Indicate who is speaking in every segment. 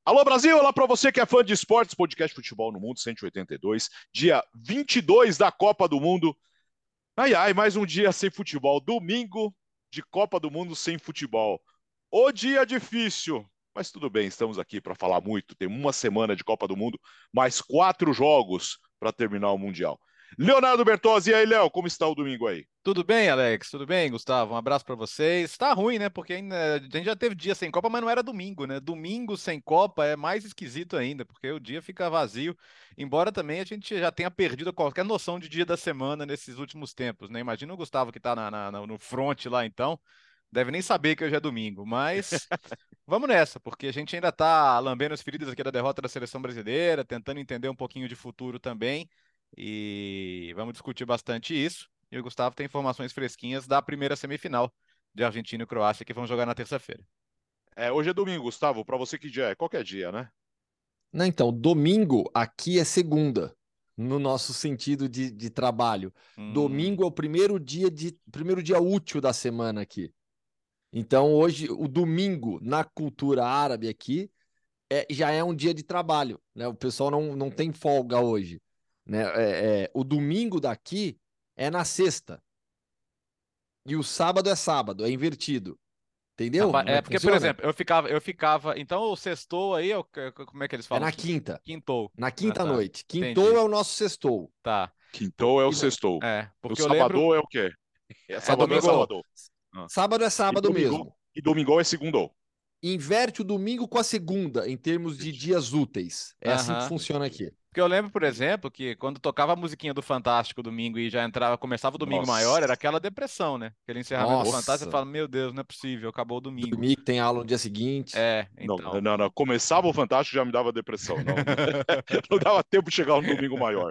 Speaker 1: Alô Brasil, olá para você que é fã de esportes, podcast Futebol no Mundo 182, dia 22 da Copa do Mundo. Ai, ai, mais um dia sem futebol, domingo de Copa do Mundo sem futebol. O dia difícil, mas tudo bem, estamos aqui para falar muito. Tem uma semana de Copa do Mundo, mais 4 jogos para terminar o Mundial. Leonardo Bertozzi, e aí, Léo, como está o domingo aí?
Speaker 2: Tudo bem, Alex? Tudo bem, Gustavo? Um abraço pra vocês. Tá ruim, né? Porque ainda, a gente já teve dia sem Copa, mas não era domingo, né? Domingo sem Copa é mais esquisito ainda, porque o dia fica vazio. Embora também a gente já tenha perdido qualquer noção de dia da semana nesses últimos tempos, né? Imagina o Gustavo que tá no front lá, então. Deve nem saber que hoje é domingo, mas vamos nessa, porque a gente ainda tá lambendo as feridas aqui da derrota da seleção brasileira, tentando entender um pouquinho de futuro também, e vamos discutir bastante isso. E o Gustavo tem informações fresquinhas da primeira semifinal de Argentina e Croácia que vão jogar na terça-feira.
Speaker 1: Hoje é domingo, Gustavo, para você que dia é? Qualquer dia, né?
Speaker 3: Não, então, domingo aqui é segunda, no nosso sentido de trabalho.
Speaker 2: Hum.
Speaker 3: Domingo é o primeiro dia útil da semana aqui. Então, hoje, o domingo na cultura árabe aqui já é um dia de trabalho, né? O pessoal não tem folga hoje, né? O domingo daqui é na sexta e o sábado é sábado, é invertido. Entendeu
Speaker 2: Rapaz,
Speaker 3: como é
Speaker 2: é
Speaker 3: que
Speaker 2: porque, por
Speaker 3: funciona?
Speaker 2: exemplo, eu ficava, então o sextou aí, como é que eles
Speaker 3: É
Speaker 2: falam?
Speaker 3: na quinta,
Speaker 2: Quintou.
Speaker 3: na
Speaker 2: Ah,
Speaker 3: quinta
Speaker 2: tá.
Speaker 3: noite. Quintou
Speaker 2: Entendi.
Speaker 3: é o nosso sextou.
Speaker 2: Tá.
Speaker 1: Quintou é o
Speaker 3: E no-
Speaker 1: sextou. O
Speaker 2: Porque eu lembro,
Speaker 1: sabadão é o quê?
Speaker 3: É
Speaker 1: É
Speaker 3: domingo.
Speaker 1: sabadão. Ah.
Speaker 3: Sábado é
Speaker 1: E
Speaker 3: sábado
Speaker 1: domingo,
Speaker 3: mesmo.
Speaker 1: e domingão é segundou.
Speaker 3: Inverte o domingo com a segunda, em termos de
Speaker 1: Entendi.
Speaker 3: dias úteis. É assim que
Speaker 2: aham.
Speaker 3: funciona aqui.
Speaker 2: Porque eu lembro, por exemplo, que quando tocava a musiquinha do Fantástico domingo e já entrava, começava o domingo maior, era
Speaker 1: Nossa.
Speaker 2: aquela depressão, né? Aquele encerramento do
Speaker 1: Oh,
Speaker 2: Fantástico, você
Speaker 3: Nossa,
Speaker 2: fala, meu Deus, não é possível, acabou o domingo.
Speaker 3: dormir que tem aula no dia seguinte.
Speaker 2: É,
Speaker 1: não,
Speaker 2: então.
Speaker 1: não, não. Começava o Fantástico já me dava depressão. Não, não dava tempo de chegar no domingo maior.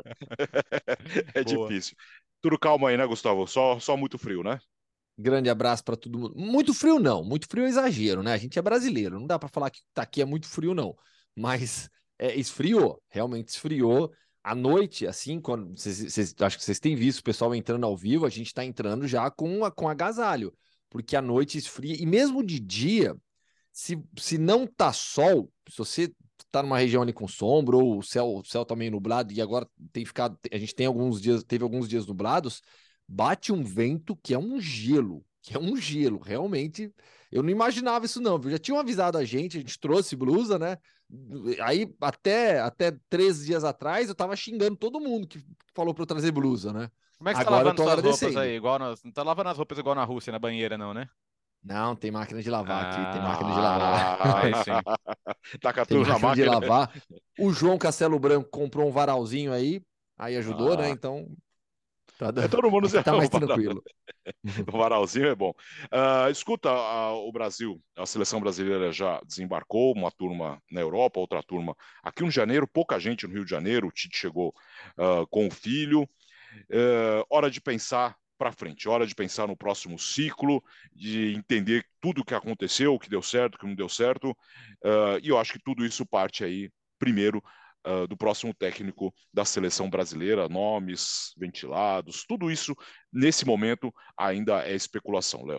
Speaker 1: É
Speaker 2: Boa.
Speaker 1: difícil. Tudo calma aí, né, Gustavo? Só muito frio, né?
Speaker 3: Grande abraço para todo mundo. Muito frio não, muito frio é exagero, né? A gente é brasileiro, não dá para falar que tá aqui é muito frio não. Mas esfriou, realmente esfriou. À noite, assim, quando acho que vocês têm visto o pessoal entrando ao vivo, a gente está entrando já com agasalho, porque à noite esfria e mesmo de dia, se não tá sol, se você tá numa região ali com sombra ou o céu tá meio nublado e agora tem ficado, a gente tem alguns dias, teve alguns dias nublados, bate um vento que é um gelo, realmente. Eu não imaginava isso não, viu? Já tinham avisado a gente trouxe blusa, né? Aí até 3 dias atrás eu tava xingando todo mundo que falou para eu trazer blusa, né?
Speaker 2: Como é que você tá
Speaker 3: Agora eu
Speaker 2: lavando
Speaker 3: tô
Speaker 2: suas roupas
Speaker 3: agradecendo.
Speaker 2: aí? Não tá lavando as roupas igual na Rússia, na banheira, não, né?
Speaker 3: Não, tem máquina de lavar aqui, tem máquina de lavar.
Speaker 1: Ah,
Speaker 2: Aí sim.
Speaker 1: taca
Speaker 3: Tem
Speaker 1: tudo na
Speaker 3: máquina de
Speaker 1: máquina.
Speaker 3: lavar. O João Castelo Branco comprou um varalzinho aí ajudou, né?
Speaker 1: Ah,
Speaker 3: Então,
Speaker 1: todo mundo se
Speaker 3: aqui tá mais tranquilo.
Speaker 1: o varalzinho é bom. Escuta, o Brasil, a seleção brasileira já desembarcou, uma turma na Europa, outra turma aqui no janeiro, pouca gente no Rio de Janeiro. O Tite chegou com o filho. Hora de pensar para frente, hora de pensar no próximo ciclo, de entender tudo o que aconteceu, o que deu certo, o que não deu certo. E eu acho que tudo isso parte aí, primeiro, do próximo técnico da seleção brasileira, nomes ventilados, tudo isso, nesse momento, ainda é especulação, Léo.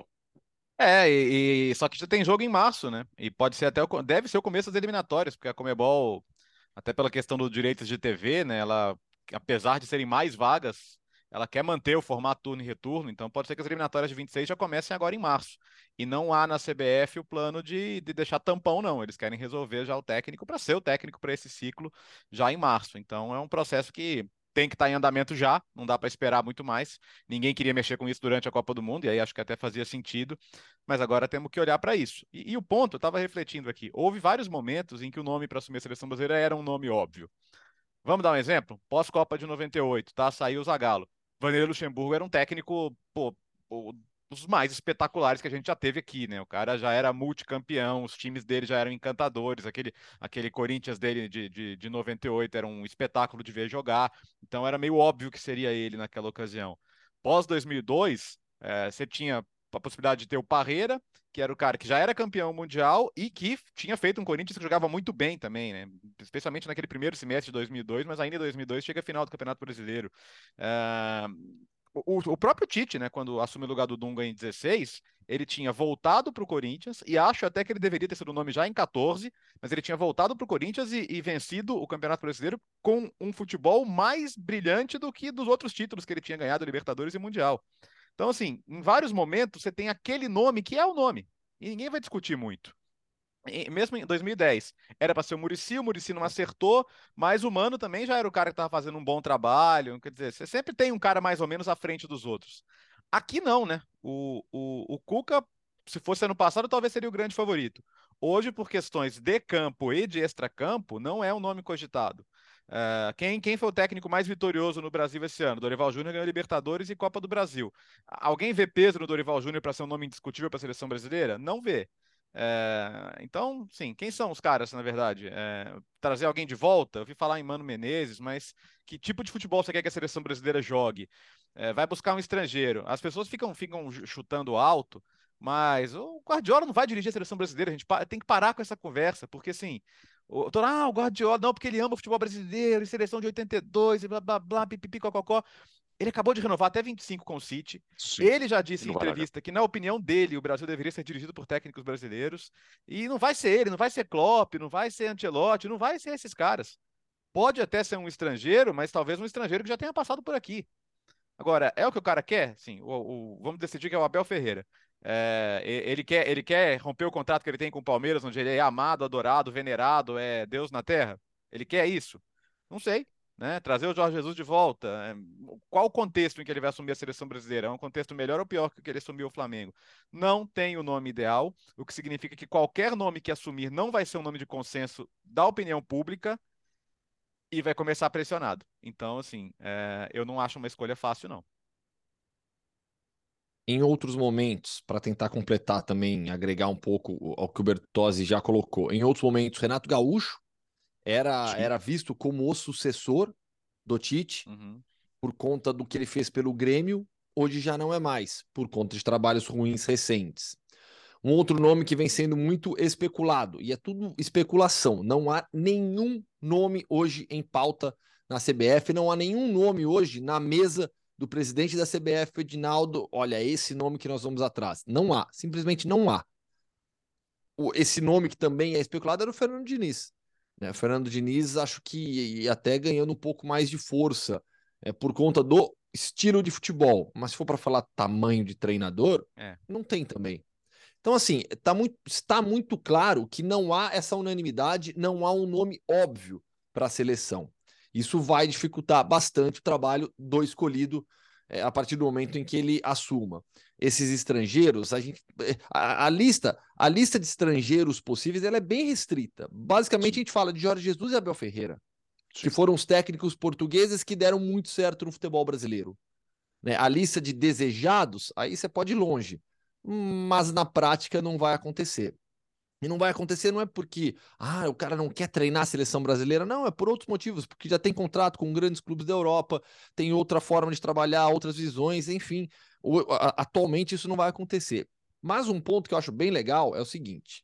Speaker 2: Só que já tem jogo em março, né? E pode ser deve ser o começo das eliminatórias, porque a Conmebol, até pela questão dos direitos de TV, né? Ela, apesar de serem mais vagas, ela quer manter o formato turno e retorno, então pode ser que as eliminatórias de 26 já comecem agora em março. E não há na CBF o plano de deixar tampão, não. Eles querem resolver já o técnico para ser o técnico para esse ciclo já em março. Então é um processo que tem que estar em andamento já, não dá para esperar muito mais. Ninguém queria mexer com isso durante a Copa do Mundo, e aí acho que até fazia sentido, mas agora temos que olhar para isso. E o ponto, eu estava refletindo aqui, houve vários momentos em que o nome para assumir a seleção brasileira era um nome óbvio. Vamos dar um exemplo? Pós-Copa de 98, tá? Saiu o Zagallo. Vanderlei Luxemburgo era um técnico, pô, dos mais espetaculares que a gente já teve aqui, né? O cara já era multicampeão, os times dele já eram encantadores, aquele Corinthians dele de 98 era um espetáculo de ver jogar, então era meio óbvio que seria ele naquela ocasião. Pós 2002, você tinha a possibilidade de ter o Parreira, que era o cara que já era campeão mundial e que tinha feito um Corinthians que jogava muito bem também, né? Especialmente naquele primeiro semestre de 2002, mas ainda em 2002 chega a final do Campeonato Brasileiro. Ah, o próprio Tite, né, quando assumiu o lugar do Dunga em 16, ele tinha voltado para o Corinthians, e acho até que ele deveria ter sido o nome já em 14, mas ele tinha voltado para o Corinthians e vencido o Campeonato Brasileiro com um futebol mais brilhante do que dos outros títulos que ele tinha ganhado, Libertadores e Mundial. Então, assim, em vários momentos você tem aquele nome que é o nome, e ninguém vai discutir muito. Mesmo em 2010, era para ser o Muricy não acertou, mas o Mano também já era o cara que estava fazendo um bom trabalho. Quer dizer, você sempre tem um cara mais ou menos à frente dos outros. Aqui não, né? O Cuca, se fosse ano passado, talvez seria o grande favorito. Hoje, por questões de campo e de extracampo, não é um nome cogitado. Quem foi o técnico mais vitorioso no Brasil esse ano? Dorival Júnior ganhou Libertadores e Copa do Brasil. Alguém vê peso no Dorival Júnior para ser um nome indiscutível para a seleção brasileira? Não vê. Então, sim, quem são os caras, na verdade? Trazer alguém de volta? Eu vi falar em Mano Menezes, mas que tipo de futebol você quer que a seleção brasileira jogue? Vai buscar um estrangeiro. As pessoas ficam chutando alto, mas o Guardiola não vai dirigir a seleção brasileira. A gente tem que parar com essa conversa, porque assim, o Guardiola, não, porque ele ama o futebol brasileiro, e seleção de 82, e blá blá blá, pipipi, cococó. Ele acabou de renovar até 25 com o City.
Speaker 1: Sim,
Speaker 2: Ele já
Speaker 1: e
Speaker 2: disse em
Speaker 1: não vai largar.
Speaker 2: entrevista que, na opinião dele, o Brasil deveria ser dirigido por técnicos brasileiros. E não vai ser ele, não vai ser Klopp, não vai ser Ancelotti, não vai ser esses caras. Pode até ser um estrangeiro, mas talvez um estrangeiro que já tenha passado por aqui. Agora, é o que o cara quer? Sim, vamos decidir que é o Abel Ferreira. Ele quer romper o contrato que ele tem com o Palmeiras, onde ele é amado, adorado, venerado, é Deus na terra? Ele quer isso? Não sei, né? Trazer o Jorge Jesus de volta. Qual o contexto em que ele vai assumir a seleção brasileira? É um contexto melhor ou pior que o que ele assumiu o Flamengo? Não tem o nome ideal, o que significa que qualquer nome que assumir não vai ser um nome de consenso da opinião pública e vai começar pressionado. Então, assim, eu não acho uma escolha fácil, não.
Speaker 3: Em outros momentos, para tentar completar também, agregar um pouco ao que o Bertozzi já colocou, em outros momentos, Renato Gaúcho
Speaker 1: Sim,
Speaker 3: era visto como o sucessor do Tite,
Speaker 2: Uhum.
Speaker 3: por conta do que ele fez pelo Grêmio, hoje já não é mais, por conta de trabalhos ruins recentes. Um outro nome que vem sendo muito especulado, e é tudo especulação, não há nenhum nome hoje em pauta na CBF, não há nenhum nome hoje na mesa do presidente da CBF, Edinaldo, olha, esse nome que nós vamos atrás. Não há, simplesmente não há. Esse nome que também é especulado era o Fernando Diniz. Né? O Fernando Diniz, acho que até ganhando um pouco mais de força por conta do estilo de futebol. Mas se for para falar tamanho de treinador,
Speaker 2: É.
Speaker 3: não tem também. Então, assim, está muito claro que não há essa unanimidade, não há um nome óbvio para a seleção. Isso vai dificultar bastante o trabalho do escolhido a partir do momento em que ele assuma. Esses estrangeiros, a lista de estrangeiros possíveis ela é bem restrita. Basicamente,
Speaker 1: sim,
Speaker 3: a gente fala de Jorge Jesus e Abel Ferreira, que
Speaker 1: sim.
Speaker 3: foram os técnicos portugueses que deram muito certo no futebol brasileiro. Né? A lista de desejados, aí você pode ir longe, mas na prática não vai acontecer. E não vai acontecer não é porque o cara não quer treinar a seleção brasileira, não, é por outros motivos, porque já tem contrato com grandes clubes da Europa, tem outra forma de trabalhar, outras visões, enfim. Atualmente isso não vai acontecer. Mas um ponto que eu acho bem legal é o seguinte: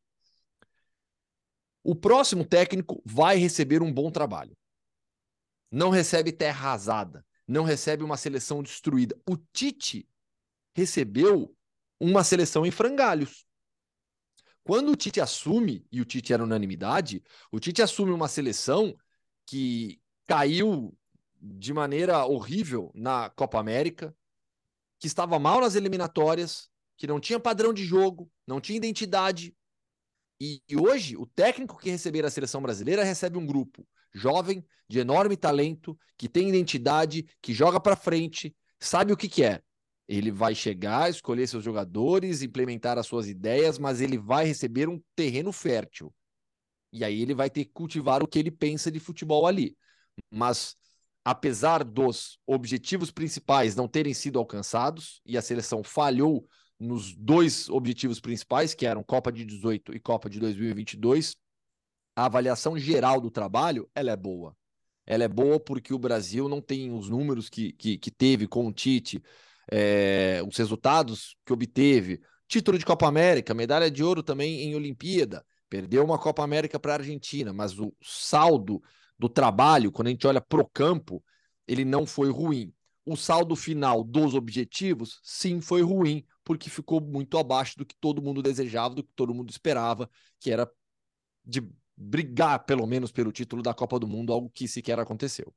Speaker 3: o próximo técnico vai receber um bom trabalho. Não recebe terra arrasada, não recebe uma seleção destruída. O Tite recebeu uma seleção em frangalhos. Quando o Tite assume, e o Tite era unanimidade, o Tite assume uma seleção que caiu de maneira horrível na Copa América, que estava mal nas eliminatórias, que não tinha padrão de jogo, não tinha identidade. E hoje, o técnico que receber a seleção brasileira recebe um grupo jovem, de enorme talento, que tem identidade, que joga para frente, sabe o que é. Ele vai chegar, escolher seus jogadores, implementar as suas ideias, mas ele vai receber um terreno fértil. E aí ele vai ter que cultivar o que ele pensa de futebol ali. Mas, apesar dos objetivos principais não terem sido alcançados, e a seleção falhou nos dois objetivos principais, que eram Copa de 18 e Copa de 2022, a avaliação geral do trabalho ela é boa. Ela é boa porque o Brasil não tem os números que teve com o Tite, os resultados que obteve, título de Copa América, medalha de ouro também em Olimpíada, perdeu uma Copa América para a Argentina, mas o saldo do trabalho, quando a gente olha pro campo, ele não foi ruim. O saldo final dos objetivos, sim, foi ruim, porque ficou muito abaixo do que todo mundo desejava, do que todo mundo esperava, que era de brigar, pelo menos, pelo título da Copa do Mundo, algo que sequer aconteceu.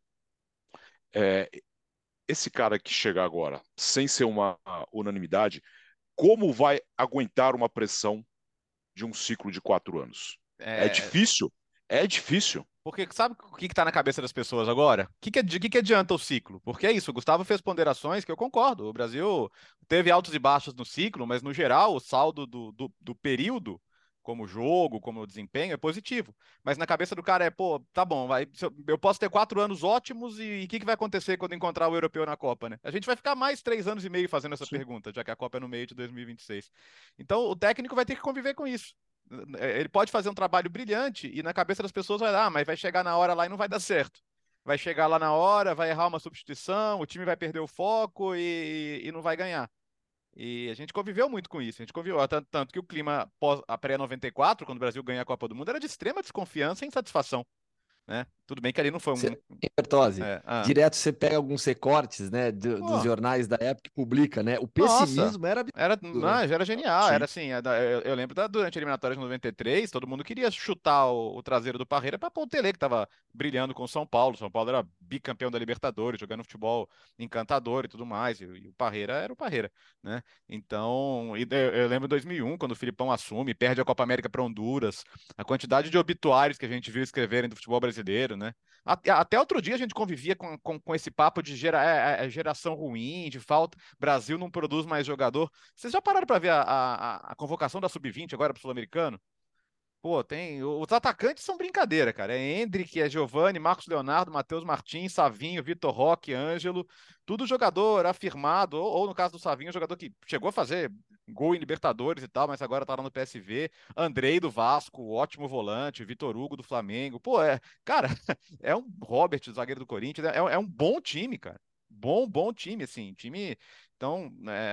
Speaker 1: Esse cara que chega agora, sem ser uma unanimidade, como vai aguentar uma pressão de um ciclo de 4 anos? É
Speaker 2: É,
Speaker 1: difícil? É difícil.
Speaker 2: porque sabe o que está na cabeça das pessoas agora? O que adianta o ciclo? Porque é isso, o Gustavo fez ponderações que eu concordo. O Brasil teve altos e baixos no ciclo, mas no geral o saldo do período, como jogo, como desempenho, é positivo. Mas na cabeça do cara é, pô, tá bom, eu posso ter 4 anos ótimos e o que vai acontecer quando encontrar o europeu na Copa, né? A gente vai ficar mais 3 anos e meio fazendo essa
Speaker 1: Sim.
Speaker 2: pergunta, já que a Copa é no meio de 2026. Então o técnico vai ter que conviver com isso. Ele pode fazer um trabalho brilhante e na cabeça das pessoas vai dar, mas vai chegar na hora lá e não vai dar certo. Vai chegar lá na hora, vai errar uma substituição, o time vai perder o foco e não vai ganhar. E a gente conviveu muito com isso. A gente conviveu, tanto que o clima pós a pré-94, quando o Brasil ganha a Copa do Mundo, era de extrema desconfiança e insatisfação, né? Tudo bem que ali não foi um.
Speaker 3: Em Bertozzi,
Speaker 2: É,
Speaker 3: direto você pega alguns recortes, né, dos
Speaker 2: pô,
Speaker 3: jornais da época e publica, né? O
Speaker 2: nossa,
Speaker 3: pessimismo era
Speaker 2: era,
Speaker 3: absurdo, né?
Speaker 2: não, já era genial, era
Speaker 1: Sim.
Speaker 2: assim, eu lembro durante a eliminatória de 93, todo mundo queria chutar o traseiro do Parreira para o Tele, que estava brilhando com o São Paulo era bicampeão da Libertadores, jogando futebol encantador e tudo mais, e o Parreira era o Parreira, né? Então, eu lembro em 2001, quando o Filipão assume, perde a Copa América para Honduras, a quantidade de obituários que a gente viu escreverem do futebol brasileiro, né? Até outro dia a gente convivia com esse papo de geração ruim, de falta. Brasil não produz mais jogador. Vocês já pararam para ver a convocação da Sub-20 agora para o Sul-Americano? Pô, tem. Os atacantes são brincadeira, cara. É Endrick, é Giovani, Marcos Leonardo, Matheus Martins, Savinho, Vitor Roque, Ângelo. Tudo jogador afirmado, ou no caso do Savinho, jogador que chegou a fazer gol em Libertadores e tal, mas agora tá lá no PSV. Andrei do Vasco, ótimo volante. Vitor Hugo do Flamengo. Pô, cara, é um Robert, zagueiro do Corinthians. É um bom time, cara. Bom time, assim. Time. Então,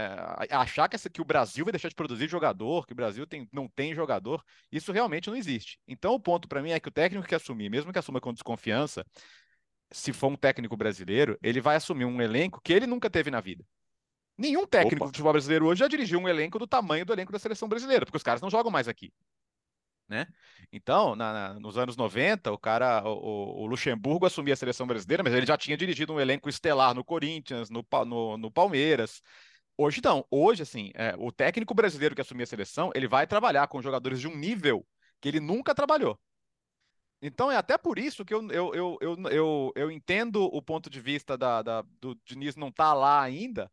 Speaker 2: achar que o Brasil vai deixar de produzir jogador, que o Brasil não tem jogador, isso realmente não existe. Então, o ponto para mim é que o técnico que assumir, mesmo que assuma com desconfiança, se for um técnico brasileiro, ele vai assumir um elenco que ele nunca teve na vida. Nenhum técnico
Speaker 1: Opa.
Speaker 2: do futebol brasileiro hoje já dirigiu um elenco do tamanho do elenco da seleção brasileira, porque os caras não jogam mais aqui, né? Então, nos anos 90, o Luxemburgo assumia a seleção brasileira, mas ele já tinha dirigido um elenco estelar no Corinthians, no Palmeiras. Hoje não. Hoje, assim, o técnico brasileiro que assumir a seleção, ele vai trabalhar com jogadores de um nível que ele nunca trabalhou. Então é até por isso que eu entendo o ponto de vista do Diniz não estar lá ainda,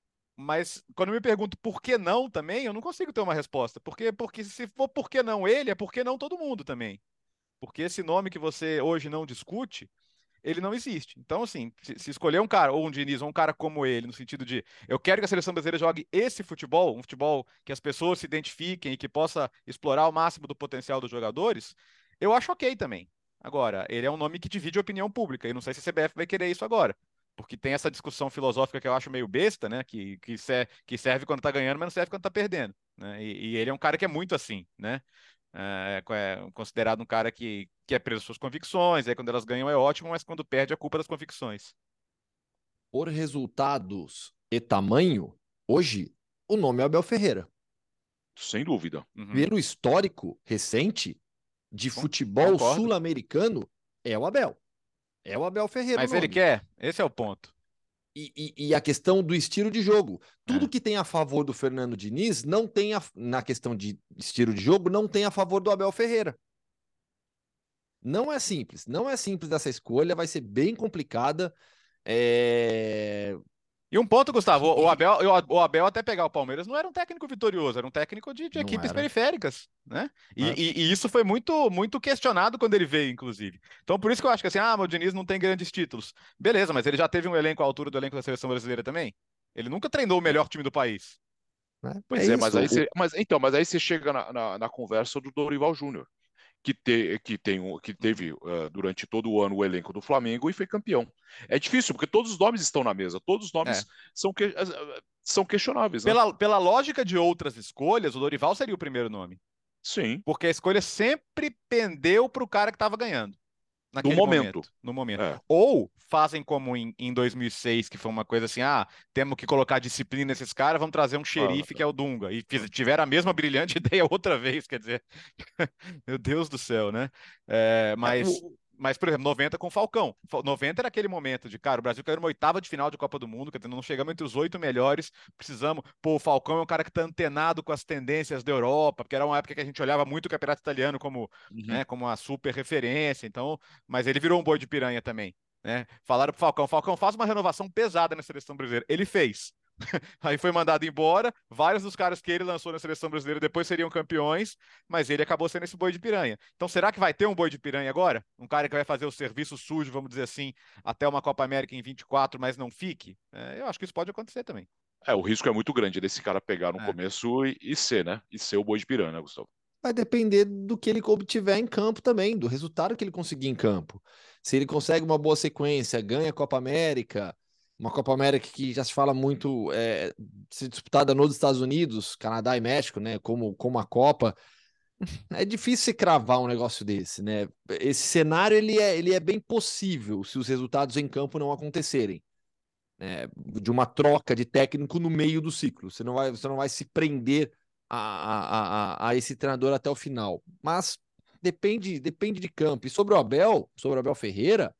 Speaker 2: mas quando eu me pergunto por que não também, eu não consigo ter uma resposta. Porque se for por que não ele, é por que não todo mundo também. Porque esse nome que você hoje não discute, ele não existe. Então, assim, se escolher um cara, ou um Diniz, ou um cara como ele, no sentido de eu quero que a seleção brasileira jogue esse futebol, um futebol que as pessoas se identifiquem e que possa explorar o máximo do potencial dos jogadores, eu acho ok também. Agora, ele é um nome que divide a opinião pública, e não sei se a CBF vai querer isso agora. Porque tem essa discussão filosófica que eu acho meio besta, né? Que serve quando tá ganhando, mas não serve quando tá perdendo. Né? E ele é um cara que é muito assim, né? É considerado um cara que é preso às suas convicções, aí quando elas ganham é ótimo, mas quando perde é culpa das convicções.
Speaker 3: Por resultados e tamanho, hoje o nome é Abel Ferreira.
Speaker 1: Sem dúvida.
Speaker 2: Uhum.
Speaker 3: Pelo histórico recente de futebol
Speaker 2: Concordo.
Speaker 3: sul-americano, é o Abel. É o Abel Ferreira o
Speaker 2: Mas ele
Speaker 3: nome.
Speaker 2: quer? Esse é o ponto.
Speaker 3: E a questão do estilo de jogo. Tudo
Speaker 2: É.
Speaker 3: que tem a favor do Fernando Diniz, não tem na questão de estilo de jogo, não tem a favor do Abel Ferreira. Não é simples. Não é simples essa escolha, vai ser bem complicada. É...
Speaker 2: E um ponto, Gustavo, o
Speaker 3: E
Speaker 2: Abel, o Abel até pegar o Palmeiras não era um técnico vitorioso, era um técnico de
Speaker 3: não
Speaker 2: equipes
Speaker 3: era,
Speaker 2: periféricas, né?
Speaker 3: né?
Speaker 2: E isso foi muito questionado quando ele veio, inclusive. Então, por isso que eu acho que assim, o Diniz não tem grandes títulos. Beleza, mas ele já teve um elenco à altura do elenco da seleção brasileira também? Ele nunca treinou o melhor time do país.
Speaker 3: É
Speaker 1: Pois é, mas
Speaker 3: isso.
Speaker 1: aí você, mas aí você chega na conversa do Dorival Júnior, que teve durante todo o ano o elenco do Flamengo e foi campeão. É difícil, porque todos os nomes estão na mesa, todos os
Speaker 2: É.
Speaker 1: nomes são questionáveis, né?
Speaker 2: Pela lógica de outras escolhas, o Dorival seria o primeiro nome.
Speaker 1: Sim,
Speaker 2: Porque a escolha sempre pendeu para o cara que estava ganhando. naquele
Speaker 1: momento.
Speaker 2: no momento.
Speaker 1: É.
Speaker 2: Ou fazem como em 2006, que foi uma coisa assim, temos que colocar disciplina nesses caras, vamos trazer um
Speaker 1: Ah,
Speaker 2: xerife que é o Dunga. E tiveram a mesma brilhante ideia outra vez, quer dizer, meu Deus do céu, né? É,
Speaker 3: É,
Speaker 2: mas, por exemplo, 90 com o Falcão. 90 era aquele momento de, cara, o Brasil caiu numa oitava de final de Copa do Mundo, quer dizer, não chegamos entre os 8 melhores, precisamos. Pô, o Falcão é um cara que tá antenado com as tendências da Europa, porque era uma época que a gente olhava muito o campeonato italiano como,
Speaker 1: uhum.
Speaker 2: né, como uma super referência, então, mas ele virou um boi de piranha também. Né? Falaram pro Falcão, Falcão, faz uma renovação pesada na seleção brasileira. Ele fez. Aí foi mandado embora. Vários dos caras que ele lançou na seleção brasileira depois seriam campeões, mas ele acabou sendo esse boi de piranha. Então, será que vai ter um boi de piranha agora? Um cara que vai fazer o serviço sujo, vamos dizer assim, até uma Copa América em 24, mas não fique? Eu acho que isso pode acontecer também.
Speaker 1: O risco é muito grande desse cara pegar no
Speaker 2: É.
Speaker 1: começo e ser, né? E ser o boi de piranha, né, Gustavo?
Speaker 3: vai depender do que ele obtiver em campo também, do resultado que ele conseguir em campo. Se ele consegue uma boa sequência, ganha a Copa América, uma Copa América que já se fala muito ser disputada nos Estados Unidos, Canadá e México, né? Como a Copa. É difícil você cravar um negócio desse, né? Esse cenário ele é bem possível se os resultados em campo não acontecerem. De uma troca de técnico no meio do ciclo. Você não vai se prender a esse treinador até o final. Mas depende de campo. E sobre o Abel Ferreira,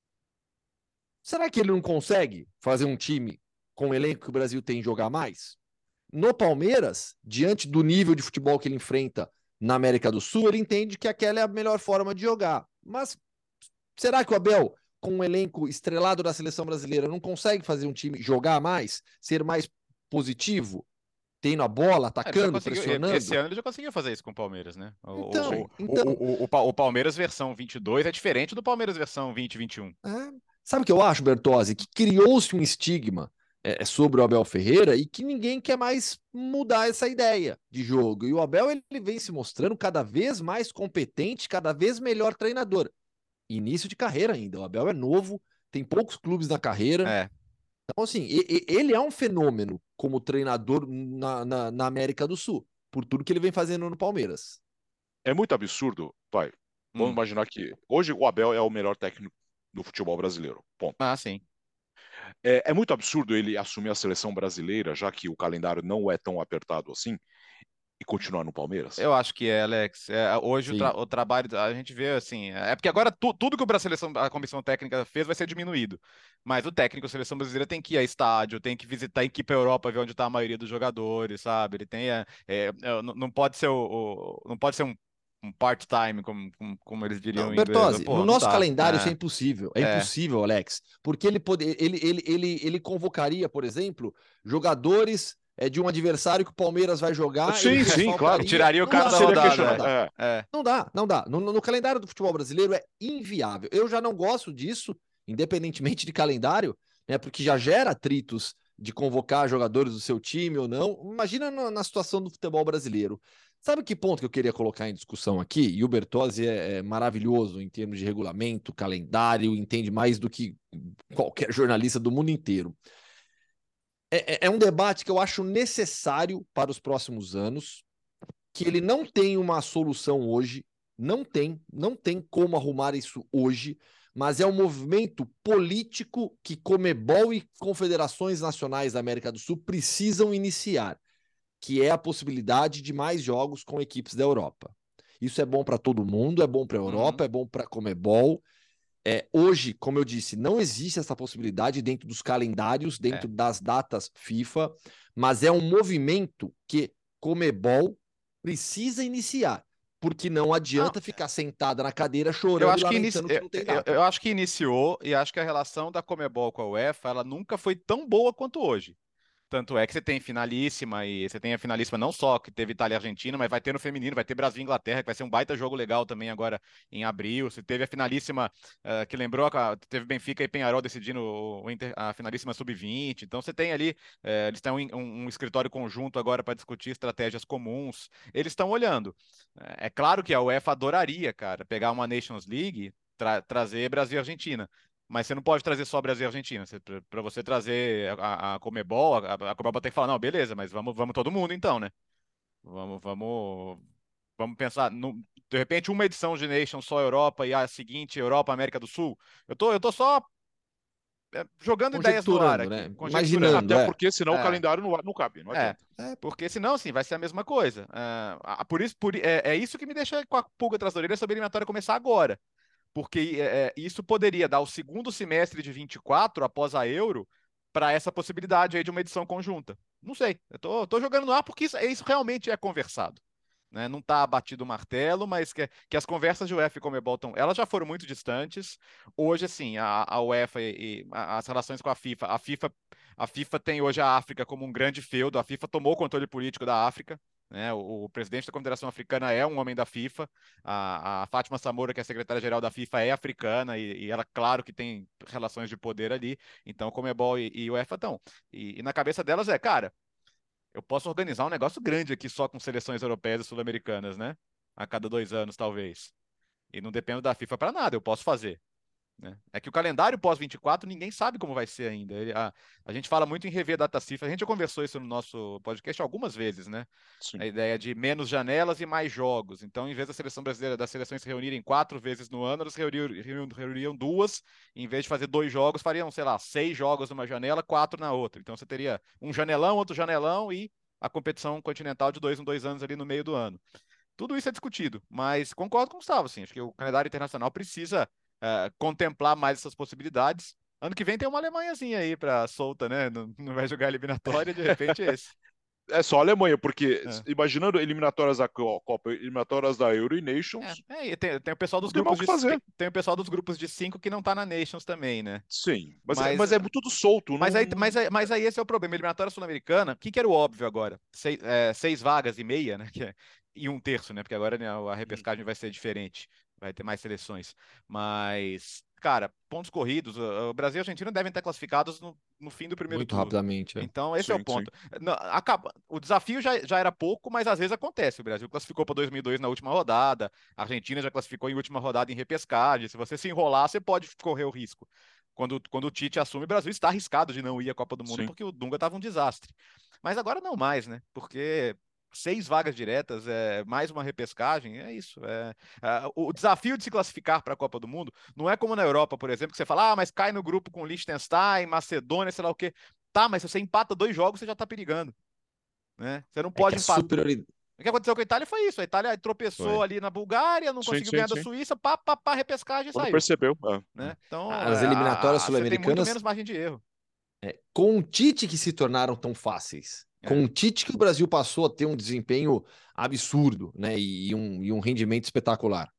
Speaker 3: será que ele não consegue fazer um time com o elenco que o Brasil tem jogar mais? No Palmeiras, diante do nível de futebol que ele enfrenta na América do Sul, ele entende que aquela é a melhor forma de jogar. Mas será que o Abel, com um elenco estrelado da seleção brasileira, não consegue fazer um time jogar mais, ser mais positivo, tendo a bola, atacando,
Speaker 2: Esse
Speaker 3: pressionando?
Speaker 2: ano ele já conseguiu fazer isso com o Palmeiras, né?
Speaker 3: Então,
Speaker 2: O,
Speaker 3: então
Speaker 2: o Palmeiras versão 22 é diferente do Palmeiras versão 2021.
Speaker 3: sabe o que eu acho, Bertozzi? Que criou-se um estigma sobre o Abel Ferreira e que ninguém quer mais mudar essa ideia de jogo. E o Abel ele vem se mostrando cada vez mais competente, cada vez melhor treinador. Início de carreira ainda. O Abel é novo, tem poucos clubes na carreira.
Speaker 2: É.
Speaker 3: Então, assim, ele é um fenômeno como treinador na América do Sul, por tudo que ele vem fazendo no Palmeiras.
Speaker 1: É muito absurdo, pai. Vamos imaginar que hoje o Abel é o melhor técnico do futebol brasileiro. Ponto.
Speaker 2: Sim.
Speaker 1: É muito absurdo ele assumir a seleção brasileira, já que o calendário não é tão apertado assim, e continuar no Palmeiras.
Speaker 2: Eu acho que é, Alex. Hoje
Speaker 3: Sim.
Speaker 2: o trabalho, a gente vê assim. É porque agora tudo que a comissão técnica fez vai ser diminuído. Mas o técnico, a seleção brasileira, tem que ir a estádio, tem que visitar a equipe Europa, ver onde está a maioria dos jogadores, sabe? Ele tem. Não pode ser não pode ser um part-time, como eles diriam
Speaker 3: Não,
Speaker 2: em inglês.
Speaker 3: Bertozzi,
Speaker 2: Pô,
Speaker 3: no
Speaker 2: não
Speaker 3: nosso
Speaker 2: dá.
Speaker 3: calendário isso é impossível. É
Speaker 2: É.
Speaker 3: impossível, Alex. Porque ele convocaria, por exemplo, jogadores de um adversário que o Palmeiras vai jogar, ele
Speaker 1: Sim, claro.
Speaker 2: E
Speaker 3: desfalcaria.
Speaker 2: tiraria o
Speaker 3: Não
Speaker 2: cara
Speaker 3: dá,
Speaker 2: da
Speaker 1: Seria
Speaker 2: rodada.
Speaker 1: questionado.
Speaker 3: não dá. Não dá. No calendário do futebol brasileiro é inviável. Eu já não gosto disso, independentemente de calendário, né? Porque já gera atritos de convocar jogadores do seu time ou não. Imagina na situação do futebol brasileiro. Sabe que ponto que eu queria colocar em discussão aqui? E o Bertozzi é maravilhoso em termos de regulamento, calendário, entende mais do que qualquer jornalista do mundo inteiro. É um debate que eu acho necessário para os próximos anos, que ele não tem uma solução hoje, não tem como arrumar isso hoje, mas é um movimento político que Conmebol e confederações nacionais da América do Sul precisam iniciar, que é a possibilidade de mais jogos com equipes da Europa. Isso é bom para todo mundo, é bom para a Europa, é bom para a Conmebol. Hoje, como eu disse, não existe essa possibilidade dentro dos calendários, dentro das datas FIFA, mas é um movimento que Conmebol precisa iniciar, porque não adianta ficar sentada na cadeira chorando e lamentando que não tem data.
Speaker 2: Eu acho que iniciou e acho que a relação da Conmebol com a UEFA ela nunca foi tão boa quanto hoje. Tanto é que você tem finalíssima, e você tem a finalíssima não só que teve Itália e Argentina, mas vai ter no feminino, vai ter Brasil e Inglaterra, que vai ser um baita jogo legal também agora em abril. Você teve a finalíssima que lembrou, teve Benfica e Peñarol decidindo a finalíssima sub-20. Então você tem ali, eles têm um escritório conjunto agora para discutir estratégias comuns. Eles estão olhando. É claro que a UEFA adoraria, cara, pegar uma Nations League, trazer Brasil e Argentina. Mas você não pode trazer só Brasil e Argentina. Para você trazer a Conmebol, a Conmebol tem que falar, não, beleza, mas vamos todo mundo então, né? Vamos Vamos pensar, de repente, uma edição de Nation só Europa e a seguinte Europa, América do Sul. Eu tô só jogando ideias no ar
Speaker 3: Conjecturando,
Speaker 2: aqui,
Speaker 3: né?
Speaker 2: conjecturando.
Speaker 3: Imaginando,
Speaker 1: Até porque senão o
Speaker 2: É,
Speaker 1: calendário não cabe, não
Speaker 2: é,
Speaker 1: adianta.
Speaker 2: porque senão, assim, vai ser a mesma coisa. Por isso, é isso que me deixa com a pulga atrás da orelha sobre a eliminatória começar agora. Porque isso poderia dar o segundo semestre de 24 após a Euro para essa possibilidade aí de uma edição conjunta. Não sei, eu tô jogando no ar porque isso realmente é conversado. Né? Não está batido o martelo, mas que as conversas de UEFA e Conmebol elas já foram muito distantes. Hoje, assim, a UEFA as relações com a FIFA tem hoje a África como um grande feudo. A FIFA tomou o controle político da África. Né? O presidente da Confederação Africana é um homem da FIFA. A Fátima Samora, que é a secretária-geral da FIFA, é africana e ela, claro, que tem relações de poder ali. Então, Conmebol e UEFA estão. E na cabeça delas cara, eu posso organizar um negócio grande aqui só com seleções europeias e sul-americanas, né? A cada 2 anos, talvez. E não dependo da FIFA para nada, eu posso fazer. Né? É que o calendário pós-24 ninguém sabe como vai ser ainda. A gente fala muito em rever datas FIFA. A gente já conversou isso no nosso podcast algumas vezes, né? A
Speaker 1: Sim.
Speaker 2: ideia de menos janelas e mais jogos. Então, em vez da seleção brasileira, das seleções se reunirem 4 vezes no ano, elas reuniriam duas. Em vez de fazer 2 jogos, fariam, sei lá, 6 jogos numa janela, 4 na outra. Então, você teria um janelão, outro janelão e a competição continental de 2 em 2 anos ali no meio do ano. Tudo isso é discutido, mas concordo com o Gustavo, assim, acho que o calendário internacional precisa contemplar mais essas possibilidades. Ano que vem tem uma Alemanhazinha aí para solta, né? Não vai jogar eliminatória, de repente é esse.
Speaker 1: É só a Alemanha, porque
Speaker 2: É.
Speaker 1: imaginando eliminatórias da Copa, eliminatórias da Euro e Nations,
Speaker 2: E tem o pessoal dos
Speaker 1: não tem mal o
Speaker 2: grupos
Speaker 1: que fazer.
Speaker 2: tem o pessoal dos grupos de 5 que não tá na Nations também, né?
Speaker 1: Sim,
Speaker 2: Mas,
Speaker 1: mas é tudo solto.
Speaker 2: mas,
Speaker 1: Não,
Speaker 2: aí, mas, aí, mas aí esse é o problema. Eliminatória Sul-Americana, o que era o óbvio agora? 6 vagas e meia, né? E 1/3, né? Porque agora né, a repescagem vai ser diferente. Vai ter mais seleções. Mas, cara, pontos corridos. O Brasil e a Argentina devem estar classificados no fim do primeiro
Speaker 3: muito
Speaker 2: turno.
Speaker 3: rapidamente.
Speaker 2: Então, esse é o
Speaker 1: sim, sim.
Speaker 2: ponto. O desafio já era pouco, mas às vezes acontece. O Brasil classificou para 2002 na última rodada. A Argentina já classificou em última rodada em repescagem. Se você se enrolar, você pode correr o risco. Quando o Tite assume, o Brasil está arriscado de não ir à Copa do Mundo
Speaker 1: Sim.
Speaker 2: porque o Dunga estava um desastre. Mas agora não mais, né? Porque 6 vagas diretas, mais uma repescagem, é isso. O desafio de se classificar para a Copa do Mundo não é como na Europa, por exemplo, que você fala, mas cai no grupo com Liechtenstein, Macedônia, sei lá o quê. Tá, mas se você empata 2 jogos, você já tá perigando. Né? Você não
Speaker 3: É que
Speaker 2: pode
Speaker 3: a
Speaker 2: empatar.
Speaker 3: superioridade.
Speaker 2: O que aconteceu com a Itália foi isso. A Itália tropeçou
Speaker 3: Foi.
Speaker 2: ali na Bulgária, não
Speaker 1: Sim,
Speaker 2: conseguiu
Speaker 1: sim,
Speaker 2: ganhar da
Speaker 1: sim.
Speaker 2: Suíça, repescagem e
Speaker 1: Quando
Speaker 2: saiu.
Speaker 1: percebeu.
Speaker 2: Né? Então,
Speaker 3: As eliminatórias
Speaker 2: você tem muito
Speaker 3: sul-americanas,
Speaker 2: menos margem de erro.
Speaker 3: com o Tite que se tornaram tão fáceis. Com
Speaker 2: É.
Speaker 3: o Tite que o Brasil passou a ter um desempenho absurdo, né? E um rendimento espetacular.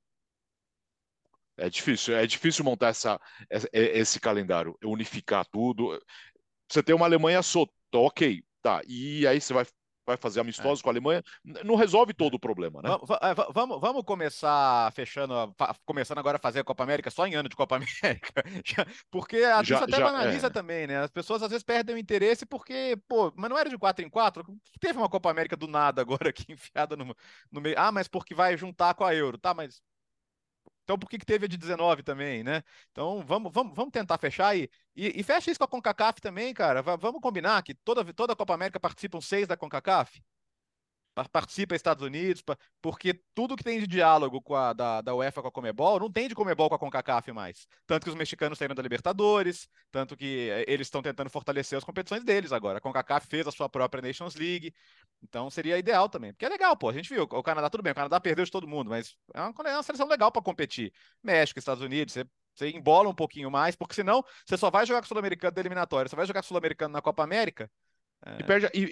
Speaker 1: É difícil montar esse calendário, unificar tudo. Você tem uma Alemanha solta, ok, tá. E aí você vai fazer
Speaker 2: É.
Speaker 1: amistosos com a Alemanha, não resolve todo o problema, né?
Speaker 2: Vamos começar começando agora a fazer a Copa América só em ano de Copa América, porque isso até banaliza também, né? As pessoas às vezes perdem o interesse porque, pô, mas não era de 4 em 4? Teve uma Copa América do nada agora aqui enfiada no meio. Ah, mas porque vai juntar com a Euro, tá? Mas então por que teve a de 19 também, né? Então vamos tentar fechar e fecha isso com a CONCACAF também, cara. Vamos combinar que toda a Copa América participam 6 da CONCACAF? Participa Estados Unidos, porque tudo que tem de diálogo da UEFA com a Comebol, não tem de Comebol com a CONCACAF mais. Tanto que os mexicanos saíram da Libertadores, tanto que eles estão tentando fortalecer as competições deles agora. A CONCACAF fez a sua própria Nations League, então seria ideal também. Porque é legal, pô, a gente viu, o Canadá tudo bem, o Canadá perdeu de todo mundo, mas é uma seleção legal para competir. México, Estados Unidos, você embola um pouquinho mais, porque senão você só vai jogar com o Sul-Americano da eliminatória, você vai jogar com o Sul-Americano na Copa América.
Speaker 1: E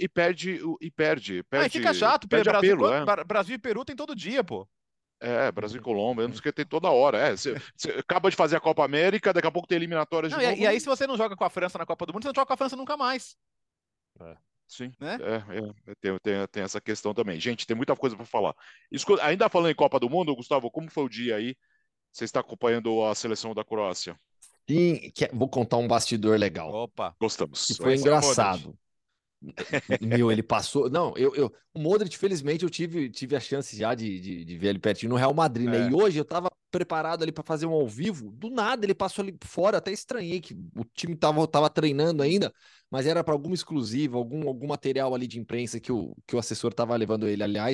Speaker 2: Aí fica chato,
Speaker 1: perde apelo,
Speaker 2: Brasil e Peru tem todo dia, pô.
Speaker 1: Brasil e Colômbia, não sei o que tem toda hora. Você acaba de fazer a Copa América, daqui a pouco tem eliminatórias
Speaker 2: Não,
Speaker 1: de novo.
Speaker 2: e aí, se você não joga com a França na Copa do Mundo, você não joga com a França nunca mais.
Speaker 1: Sim,
Speaker 2: Né?
Speaker 1: tem essa questão também. Gente, tem muita coisa para falar. Ainda falando em Copa do Mundo, Gustavo, como foi o dia aí? Você está acompanhando a seleção da Croácia?
Speaker 3: Sim, vou contar um bastidor legal.
Speaker 2: Opa.
Speaker 1: Gostamos.
Speaker 3: Que foi engraçado. Meu, ele passou. Não, o Modric, felizmente, eu tive a chance já de ver ele pertinho no Real Madrid, né? E hoje eu tava preparado ali para fazer um ao vivo. Do nada ele passou ali fora, até estranhei que o time tava treinando ainda, mas era para alguma exclusiva, algum material ali de imprensa que o assessor tava levando ele. Aliás,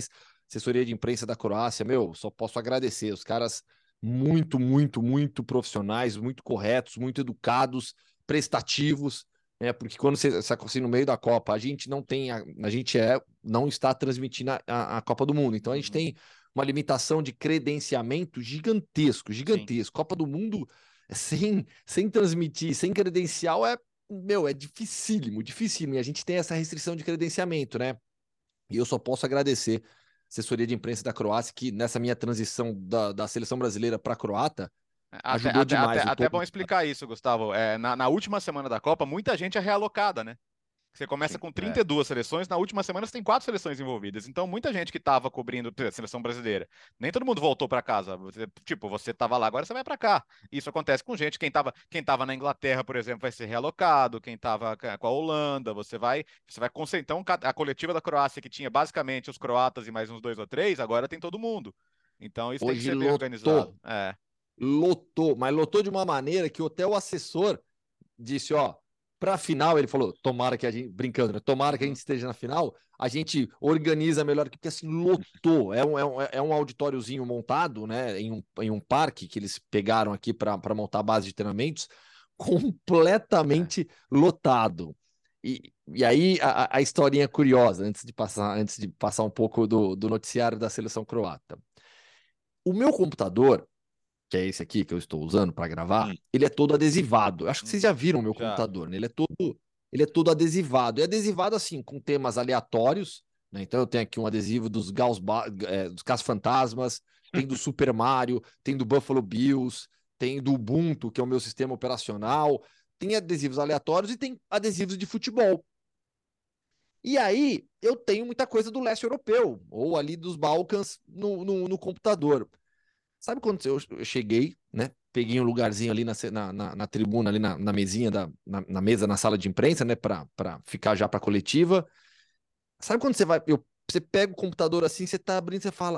Speaker 3: assessoria de imprensa da Croácia, meu, só posso agradecer. Os caras muito, muito, muito profissionais, muito corretos, muito educados, prestativos, né? Porque quando você assim, no meio da Copa, a gente não tem, não está transmitindo a Copa do Mundo. Então a gente tem uma limitação de credenciamento gigantesco, gigantesco. Sim. Copa do Mundo sem transmitir, sem credencial é dificílimo, dificílimo. E a gente tem essa restrição de credenciamento, né? E eu só posso agradecer a assessoria de imprensa da Croácia, que nessa minha transição da seleção brasileira para croata, ajudou demais.
Speaker 2: Até bom explicar isso, Gustavo. Na última semana da Copa, muita gente é realocada, né? Você começa com 32 seleções, na última semana você tem 4 seleções envolvidas. Então, muita gente que estava cobrindo a seleção brasileira, nem todo mundo voltou para casa. Você estava lá, agora você vai para cá. Isso acontece com gente. Quem tava na Inglaterra, por exemplo, vai ser realocado. Quem estava com a Holanda, você vai concentrar. Então, a coletiva da Croácia, que tinha basicamente os croatas e mais uns 2 ou 3, agora tem todo mundo. Então, isso
Speaker 3: hoje
Speaker 2: tem que ser bem organizado.
Speaker 3: Lotou, mas lotou de uma maneira que até o assessor disse, para a final, ele falou, tomara que a gente, brincando, né? Tomara que a gente esteja na final, a gente organiza melhor, porque assim, lotou. É um auditóriozinho montado, né, em um parque que eles pegaram aqui para montar a base de treinamentos, completamente lotado. E aí a historinha curiosa, antes de passar um pouco do noticiário da seleção croata. O meu computador, que é esse aqui que eu estou usando para gravar, ele é todo adesivado. Acho que vocês já viram o meu computador, né? Ele é todo adesivado. E adesivado assim, com temas aleatórios, né? Então eu tenho aqui um adesivo dos Caça-Fantasmas, tem do Super Mario, tem do Buffalo Bills, tem do Ubuntu, que é o meu sistema operacional, tem adesivos aleatórios e tem adesivos de futebol. E aí eu tenho muita coisa do leste europeu, ou ali dos Balcãs no computador. Sabe quando eu cheguei, né? Peguei um lugarzinho ali na tribuna, ali na mesinha, na mesa, na sala de imprensa, né? Para ficar já para coletiva. Sabe quando você pega o computador assim, você tá abrindo, você fala: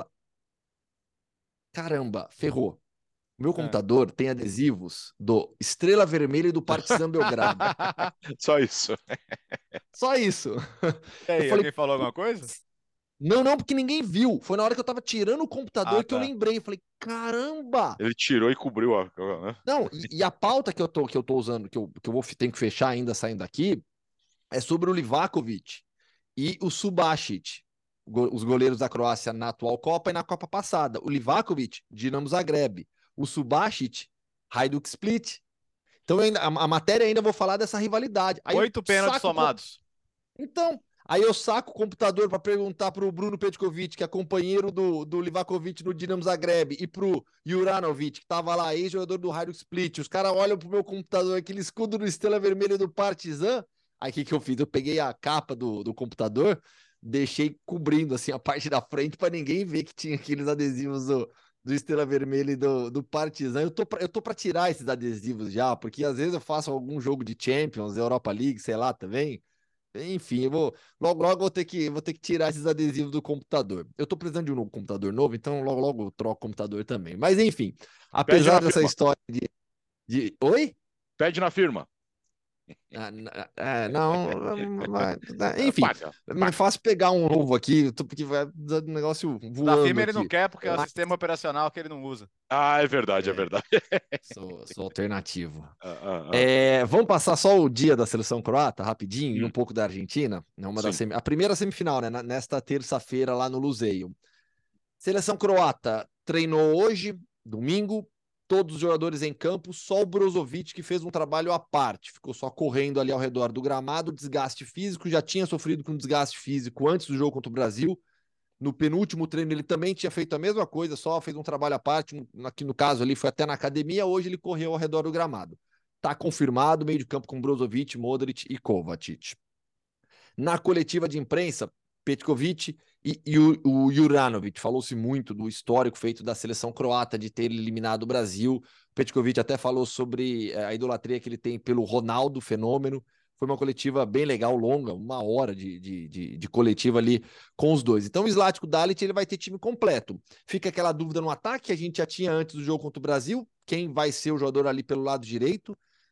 Speaker 3: caramba, ferrou. O meu computador tem adesivos do Estrela Vermelha e do Partizan Belgrado.
Speaker 1: Só isso.
Speaker 3: Só isso.
Speaker 2: E aí, alguém falou alguma coisa?
Speaker 3: Não, porque ninguém viu. Foi na hora que eu tava tirando o computador que eu lembrei. Eu falei, caramba!
Speaker 1: Ele tirou e cobriu a... Né?
Speaker 3: Não, e a pauta que eu tô usando, que eu tenho que fechar ainda saindo daqui, é sobre o Livakovic e o Subasic, os goleiros da Croácia na atual Copa e na Copa passada. O Livakovic, Dinamo Zagreb. O Subasic, Hajduk Split. Então a matéria ainda vou falar dessa rivalidade. Aí
Speaker 2: 8 pênaltis somados.
Speaker 3: Então, aí eu saco o computador para perguntar para o Bruno Petkovic, que é companheiro do Livakovic no Dinamo Zagreb, e para o Juranovic, que estava lá, ex-jogador do Hajduk Split. Os caras olham pro meu computador, aquele escudo do Estrela Vermelha do Partizan. Aí o que eu fiz? Eu peguei a capa do computador, deixei cobrindo assim a parte da frente para ninguém ver que tinha aqueles adesivos do Estrela Vermelha e do Partizan. Eu tô para tirar esses adesivos já, porque às vezes eu faço algum jogo de Champions, Europa League, sei lá, também. Enfim, eu logo vou ter que tirar esses adesivos do computador. Eu tô precisando de um novo computador novo, então logo eu troco o computador também. Mas enfim, apesar dessa história Oi?
Speaker 1: Pede na firma.
Speaker 3: Não, enfim, é mais fácil pegar um novo aqui, porque vai dar um negócio voando.
Speaker 2: Da firma ele
Speaker 3: aqui.
Speaker 2: não quer, porque é o sistema operacional que ele não usa.
Speaker 1: Ah, é verdade, é verdade.
Speaker 3: Sou alternativo. Vamos passar só o dia da seleção croata, rapidinho, e um pouco da Argentina. A primeira semifinal, né? Nesta terça-feira, lá no Luseio. Seleção croata treinou hoje, domingo. Todos os jogadores em campo, só o Brozovic que fez um trabalho à parte, ficou só correndo ali ao redor do gramado, desgaste físico, já tinha sofrido com desgaste físico antes do jogo contra o Brasil. No penúltimo treino ele também tinha feito a mesma coisa, só fez um trabalho à parte, aqui no caso ali foi até na academia, hoje ele correu ao redor do gramado. Tá confirmado, meio de campo com Brozovic, Modric e Kovacic. Na coletiva de imprensa, Petkovic e o Juranovic. Falou-se muito do histórico feito da seleção croata de ter eliminado o Brasil. O Petkovic até falou sobre a idolatria que ele tem pelo Ronaldo, fenômeno. Foi uma coletiva bem legal, longa, 1 hora de coletiva ali com os dois. Então o Zlatko Dalic ele vai ter time completo. Fica aquela dúvida no ataque que a gente já tinha antes do jogo contra o Brasil. Quem vai ser o jogador ali pelo lado direito?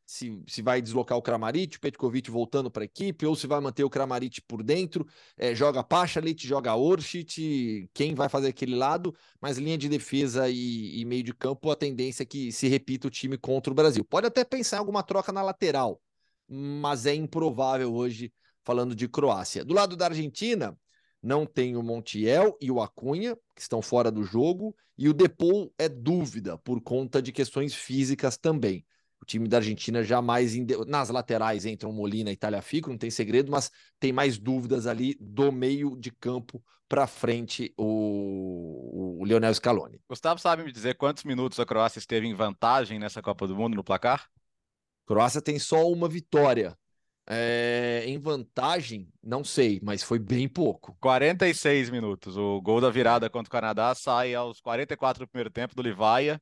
Speaker 3: se vai deslocar o Kramaric, o Petkovic voltando para a equipe, ou se vai manter o Kramaric por dentro, joga Paschalic, joga Orsic, quem vai fazer aquele lado, mas linha de defesa e meio de campo, a tendência é que se repita o time contra o Brasil. Pode até pensar em alguma troca na lateral, mas é improvável hoje, falando de Croácia. Do lado da Argentina, não tem o Montiel e o Acunha, que estão fora do jogo, e o Depou é dúvida, por conta de questões físicas também. O time da Argentina jamais... Nas laterais entram Molina e Tagliafico, não tem segredo, mas tem mais dúvidas ali do meio de campo para frente o Lionel Scaloni.
Speaker 2: Gustavo, sabe me dizer quantos minutos a Croácia esteve em vantagem nessa Copa do Mundo no placar?
Speaker 3: Croácia tem só uma vitória. Em vantagem, não sei, mas foi bem pouco.
Speaker 2: 46 minutos. O gol da virada contra o Canadá sai aos 44 do primeiro tempo do Livaia.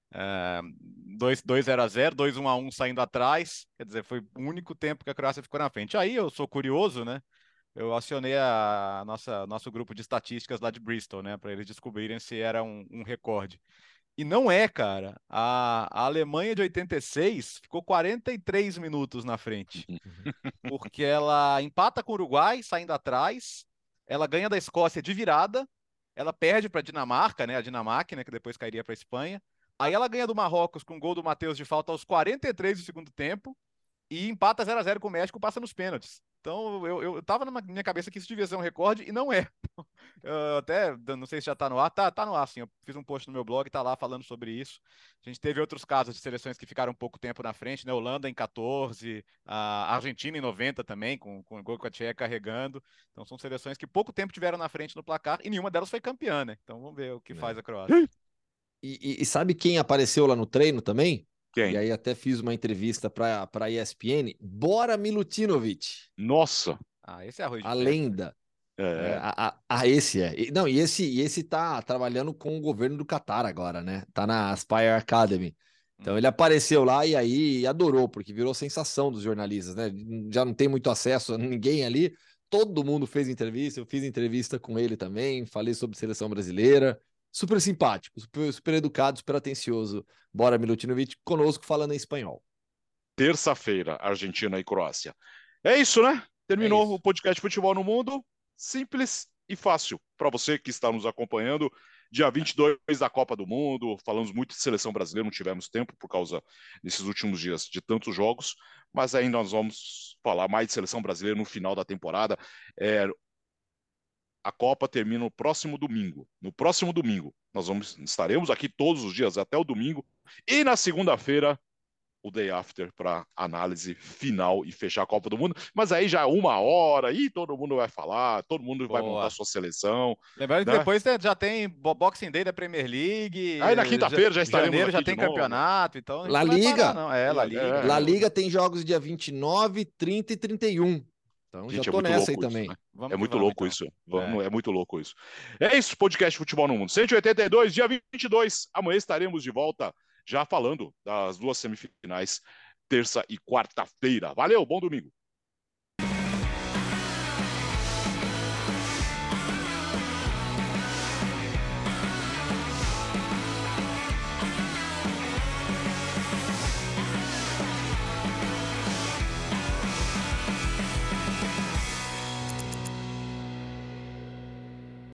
Speaker 2: 2-0-0, 2-1-1 saindo atrás. Quer dizer, foi o único tempo que a Croácia ficou na frente. Aí eu sou curioso, né? Eu acionei nosso grupo de estatísticas lá de Bristol, né? Para eles descobrirem se era um recorde. E não é, cara. A Alemanha de 86 ficou 43 minutos na frente. Porque ela empata com o Uruguai, saindo atrás. Ela ganha da Escócia de virada. Ela perde para a Dinamarca, né? A Dinamarca, né? Que depois cairia para a Espanha. Aí ela ganha do Marrocos com o gol do Matheus de falta aos 43 do segundo tempo. E empata 0-0 com o México, passa nos pênaltis. Então eu tava na minha cabeça que isso devia ser um recorde e não é. Eu até não sei se já tá no ar. Tá no ar, sim. Eu fiz um post no meu blog, tá lá falando sobre isso. A gente teve outros casos de seleções que ficaram pouco tempo na frente, né? Holanda em 14, a Argentina em 90 também, com o gol com a Tcheca carregando. Então são seleções que pouco tempo tiveram na frente no placar e nenhuma delas foi campeã, né? Então vamos ver o que faz a Croácia.
Speaker 3: E sabe quem apareceu lá no treino também?
Speaker 1: Quem?
Speaker 3: E aí até fiz uma entrevista para a ESPN. Bora Milutinovic.
Speaker 1: Nossa!
Speaker 2: Esse é arroz de
Speaker 3: A
Speaker 2: festa.
Speaker 3: lenda. Esse é. Não, e esse tá trabalhando com o governo do Catar agora, né? Tá na Aspire Academy. Então ele apareceu lá e aí adorou, porque virou sensação dos jornalistas, né? Já não tem muito acesso a ninguém ali. Todo mundo fez entrevista, eu fiz entrevista com ele também, falei sobre seleção brasileira. Super simpático, super educado, super atencioso. Bora Milutinovic conosco falando em espanhol.
Speaker 1: Terça-feira, Argentina e Croácia. É isso, né? Terminou o podcast Futebol no Mundo. Simples e fácil para você que está nos acompanhando. Dia 22 da Copa do Mundo. Falamos muito de seleção brasileira, não tivemos tempo por causa desses últimos dias de tantos jogos, mas aí nós vamos falar mais de seleção brasileira no final da temporada. A Copa termina no próximo domingo. No próximo domingo, estaremos aqui todos os dias até o domingo. E na segunda-feira, o day after para análise final e fechar a Copa do Mundo. Mas aí já é 1 hora e todo mundo vai falar, todo mundo vai montar sua seleção.
Speaker 2: Lembrando que
Speaker 1: né?
Speaker 2: depois já tem Boxing Day da Premier League.
Speaker 1: Aí na quinta-feira já estaremos
Speaker 2: janeiro
Speaker 1: aqui
Speaker 2: já tem campeonato, então
Speaker 3: La Liga.
Speaker 2: Não. La Liga.
Speaker 3: La Liga tem jogos dia 29, 30 e 31. Então
Speaker 1: gente,
Speaker 3: já tô nessa aí também.
Speaker 1: Né? É muito louco isso. É muito louco isso. É isso, podcast Futebol no Mundo. 182, dia 22. Amanhã estaremos de volta já falando das duas semifinais, terça e quarta-feira. Valeu, bom domingo.